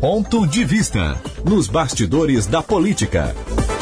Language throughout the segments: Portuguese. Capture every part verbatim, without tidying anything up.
Ponto de Vista, nos bastidores da política.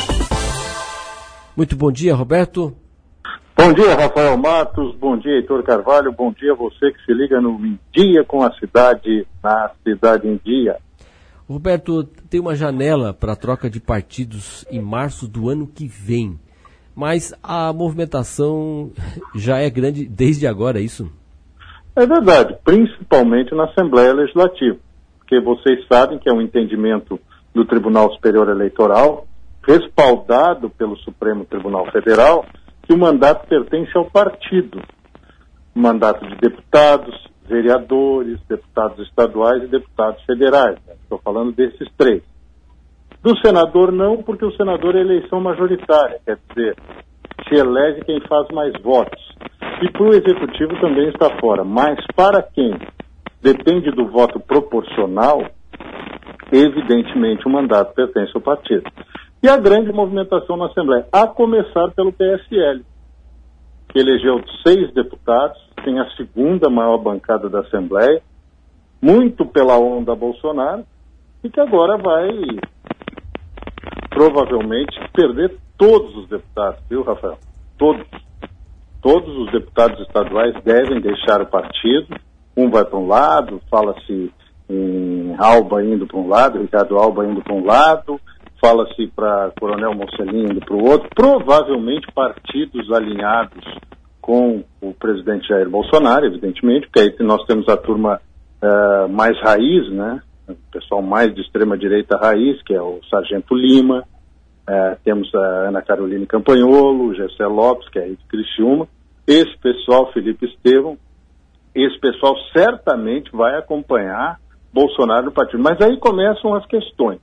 Muito bom dia, Roberto. Bom dia, Rafael Matos. Bom dia, Heitor Carvalho. Bom dia a você que se liga no Em Dia com a Cidade, na Cidade em Dia. Roberto, tem uma janela para a troca de partidos em março do ano que vem, mas a movimentação já é grande desde agora, é isso? É verdade, principalmente na Assembleia Legislativa, porque vocês sabem que é um entendimento do Tribunal Superior Eleitoral, respaldado pelo Supremo Tribunal Federal, que o mandato pertence ao partido. O mandato de deputados, vereadores, deputados estaduais e deputados federais. Né? Estou falando desses três. Do senador não, porque o senador é eleição majoritária, quer dizer, se elege quem faz mais votos. E para o executivo também está fora. Mas para quem depende do voto proporcional, evidentemente o mandato pertence ao partido. E a grande movimentação na Assembleia, a começar pelo P S L, que elegeu seis deputados, tem a segunda maior bancada da Assembleia, muito pela onda Bolsonaro, e que agora vai provavelmente perder todos os deputados, viu, Rafael? Todos. Todos os deputados estaduais devem deixar o partido, um vai para um lado, fala-se em Alba indo para um lado, Ricardo Alba indo para um lado, fala-se para Coronel Mocelin indo para o outro, provavelmente partidos alinhados com o presidente Jair Bolsonaro, evidentemente, porque aí nós temos a turma uh, mais raiz, né? O pessoal mais de extrema-direita raiz, que é o Sargento Lima, uh, temos a Ana Carolina Campanholo, o Gessé Lopes, que é aí de Criciúma, esse pessoal, Felipe Estevão, esse pessoal certamente vai acompanhar Bolsonaro no partido. Mas aí começam as questões.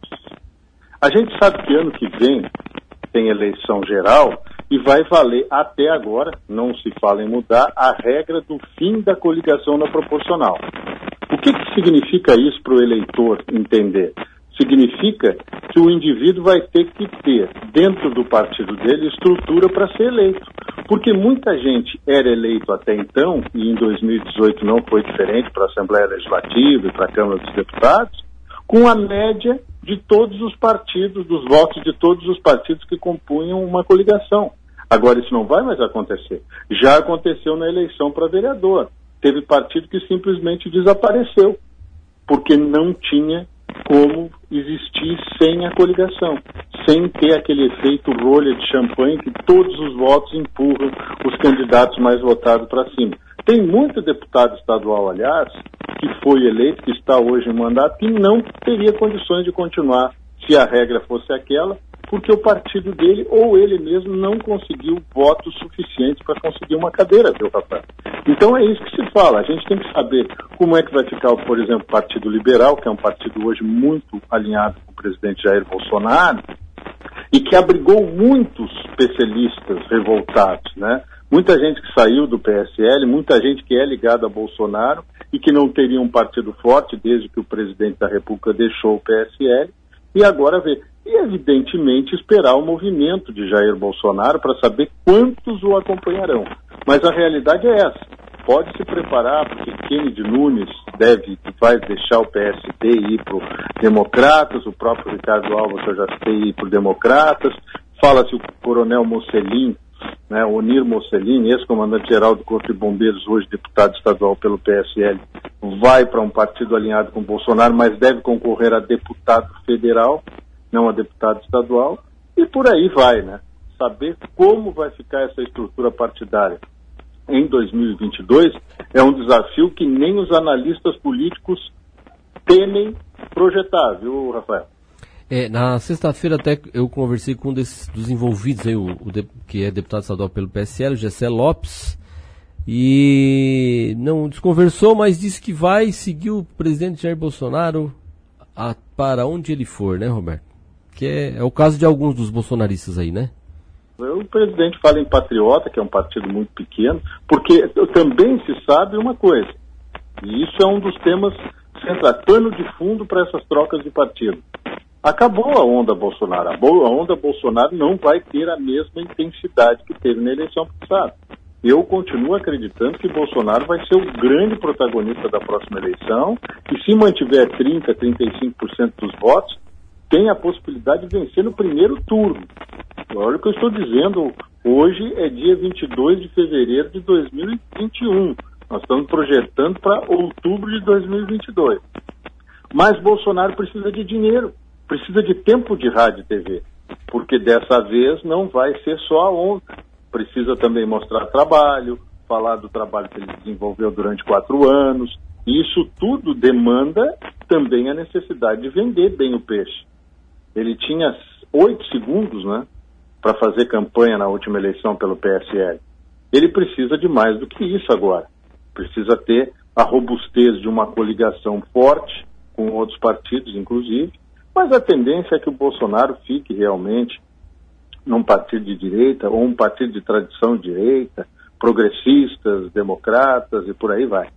A gente sabe que ano que vem tem eleição geral e vai valer até agora, não se fala em mudar, a regra do fim da coligação na proporcional. O que, que significa isso para o eleitor entender? Significa que o indivíduo vai ter que ter, dentro do partido dele, estrutura para ser eleito. Porque muita gente era eleito até então, e em dois mil e dezoito não foi diferente para a Assembleia Legislativa e para a Câmara dos Deputados, com a média de todos os partidos, dos votos de todos os partidos que compunham uma coligação. Agora isso não vai mais acontecer. Já aconteceu na eleição para vereador. Teve partido que simplesmente desapareceu, porque não tinha como existir sem a coligação, sem ter aquele efeito rolha de champanhe que todos os votos empurram os candidatos mais votados para cima. Tem muito deputado estadual, aliás, que foi eleito, que está hoje em mandato, que não teria condições de continuar se a regra fosse aquela, porque o partido dele ou ele mesmo não conseguiu votos suficientes para conseguir uma cadeira, viu, Rafael? Então é isso que se fala. A gente tem que saber como é que vai ficar, por exemplo, o Partido Liberal, que é um partido hoje muito alinhado com o presidente Jair Bolsonaro, e que abrigou muitos PClistas revoltados, né? Muita gente que saiu do P S L, muita gente que é ligada a Bolsonaro e que não teria um partido forte desde que o presidente da República deixou o P S L, e agora vê. E, evidentemente, esperar o movimento de Jair Bolsonaro para saber quantos o acompanharão. Mas a realidade é essa. Pode se preparar, porque Kennedy Nunes deve, vai deixar o P S D e ir para o Democratas, o próprio Ricardo Alba, que eu já citei, ir para o Democratas. Fala-se o Coronel Mocelin, né, Onir Mocelin, ex-comandante-geral do Corpo de Bombeiros, hoje deputado estadual pelo P S L, vai para um partido alinhado com o Bolsonaro, mas deve concorrer a deputado federal, não a deputado estadual, e por aí vai, né? Saber como vai ficar essa estrutura partidária em dois mil e vinte e dois é um desafio que nem os analistas políticos temem projetar, viu, Rafael? É, na sexta-feira até eu conversei com um desses, dos envolvidos, aí, o, o de, que é deputado estadual pelo P S L, o Gessé Lopes, e não desconversou, mas disse que vai seguir o presidente Jair Bolsonaro a, para onde ele for, né, Roberto? Que é, é o caso de alguns dos bolsonaristas aí, né? O presidente fala em Patriota, que é um partido muito pequeno, porque também se sabe uma coisa, e isso é um dos temas centrais, pano de fundo para essas trocas de partido. Acabou a onda Bolsonaro. A onda Bolsonaro não vai ter a mesma intensidade que teve na eleição passada. Eu continuo acreditando que Bolsonaro vai ser o grande protagonista da próxima eleição e se mantiver trinta, trinta e cinco por cento dos votos, tem a possibilidade de vencer no primeiro turno. Olha o que eu estou dizendo, hoje é dia vinte e dois de fevereiro de dois mil e vinte e um. Nós estamos projetando para outubro de dois mil e vinte e dois. Mas Bolsonaro precisa de dinheiro, precisa de tempo de rádio e T V, porque dessa vez não vai ser só a onda. Precisa também mostrar trabalho, falar do trabalho que ele desenvolveu durante quatro anos. E isso tudo demanda também a necessidade de vender bem o peixe. Ele tinha oito segundos, né, para fazer campanha na última eleição pelo P S L. Ele precisa de mais do que isso agora. Precisa ter a robustez de uma coligação forte, com outros partidos, inclusive. Mas a tendência é que o Bolsonaro fique realmente num partido de direita, ou um partido de tradição de direita, progressistas, democratas e por aí vai.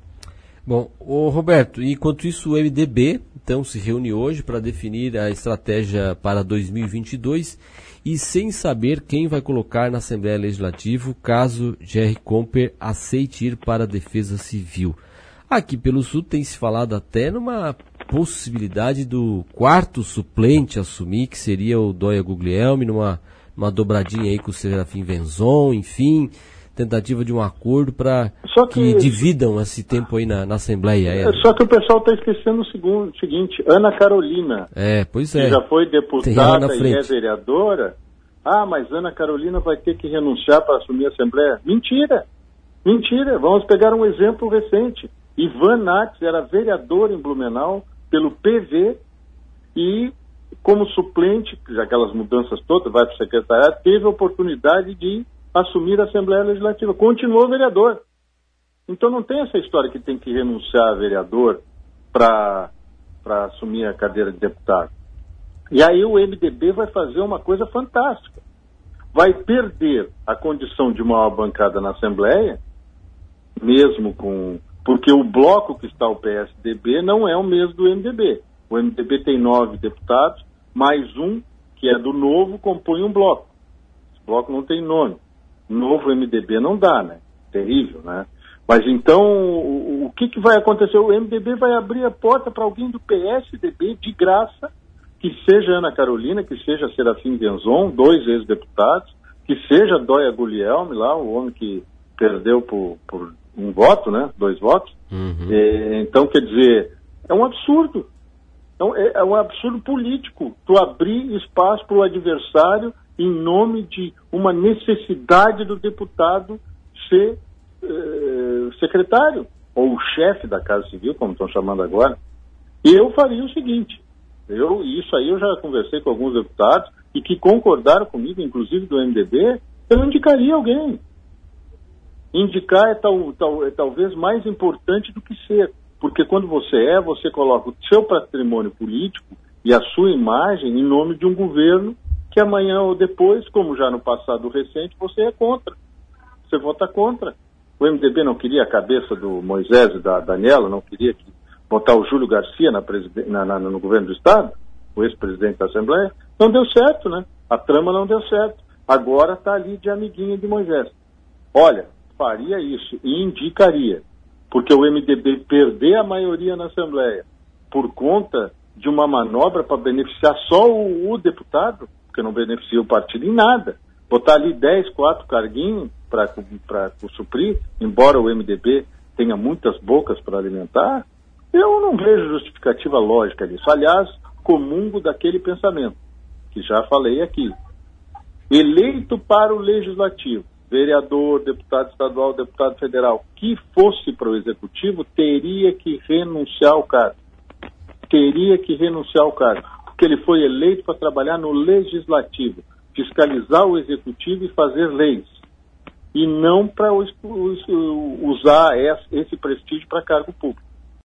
Bom, ô Roberto, enquanto isso o M D B então se reúne hoje para definir a estratégia para dois mil e vinte e dois e sem saber quem vai colocar na Assembleia Legislativa caso Gerry Comper aceite ir para a Defesa Civil. Aqui pelo Sul tem se falado até numa possibilidade do quarto suplente assumir, que seria o Dóia Guglielmi, numa, numa dobradinha aí com o Serafim Venzon, enfim, tentativa de um acordo para que, que dividam esse tempo aí na, na Assembleia. É, só que o pessoal está esquecendo o segundo, seguinte, Ana Carolina, é, pois é. que já foi deputada e é vereadora, ah, mas Ana Carolina vai ter que renunciar para assumir a Assembleia. Mentira, mentira, vamos pegar um exemplo recente. Ivan Nates era vereador em Blumenau pelo P V e, como suplente, já aquelas mudanças todas, vai para o secretariado, teve a oportunidade de assumir a Assembleia Legislativa. Continuou vereador. Então não tem essa história que tem que renunciar a vereador para para assumir a cadeira de deputado. E aí o M D B vai fazer uma coisa fantástica. Vai perder a condição de maior bancada na Assembleia, mesmo com... Porque o bloco que está o P S D B não é o mesmo do M D B. O M D B tem nove deputados, mais um, que é do Novo, compõe um bloco. Esse bloco não tem nome. Novo M D B não dá, né? Terrível, né? Mas então, o, o que, que vai acontecer? O M D B vai abrir a porta para alguém do P S D B, de graça, que seja Ana Carolina, que seja Serafim Venzon, dois ex-deputados, que seja Dóia Guglielmi, lá, o homem que perdeu por... por um voto, né? Dois votos. Uhum. É, então, quer dizer, é um absurdo. Então, é, é um absurdo político. Tu abrir espaço para o adversário em nome de uma necessidade do deputado ser eh, secretário, ou o chefe da Casa Civil, como estão chamando agora. E eu faria o seguinte, eu, isso aí eu já conversei com alguns deputados, e que concordaram comigo, inclusive do M D B, eu indicaria alguém. Indicar é, tal, tal, é talvez mais importante do que ser, porque quando você é, você coloca o seu patrimônio político e a sua imagem em nome de um governo que amanhã ou depois, como já no passado recente, você é contra. Você vota contra. O M D B não queria a cabeça do Moisés e da Daniela, não queria que botar o Júlio Garcia na presiden- na, na, no governo do Estado, o ex-presidente da Assembleia. Não deu certo, né? A trama não deu certo. Agora está ali de amiguinho de Moisés. Olha, faria isso e indicaria, porque o M D B perder a maioria na Assembleia por conta de uma manobra para beneficiar só o, o deputado, porque não beneficia o partido em nada, botar ali dez, quatro carguinhos para suprir, embora o M D B tenha muitas bocas para alimentar, eu não vejo justificativa lógica disso. Aliás, comungo daquele pensamento, que já falei aqui. Eleito para o Legislativo, vereador, deputado estadual, deputado federal, que fosse para o Executivo, teria que renunciar ao cargo. Teria que renunciar ao cargo, porque ele foi eleito para trabalhar no Legislativo, fiscalizar o Executivo e fazer leis, e não para usar esse prestígio para cargo público.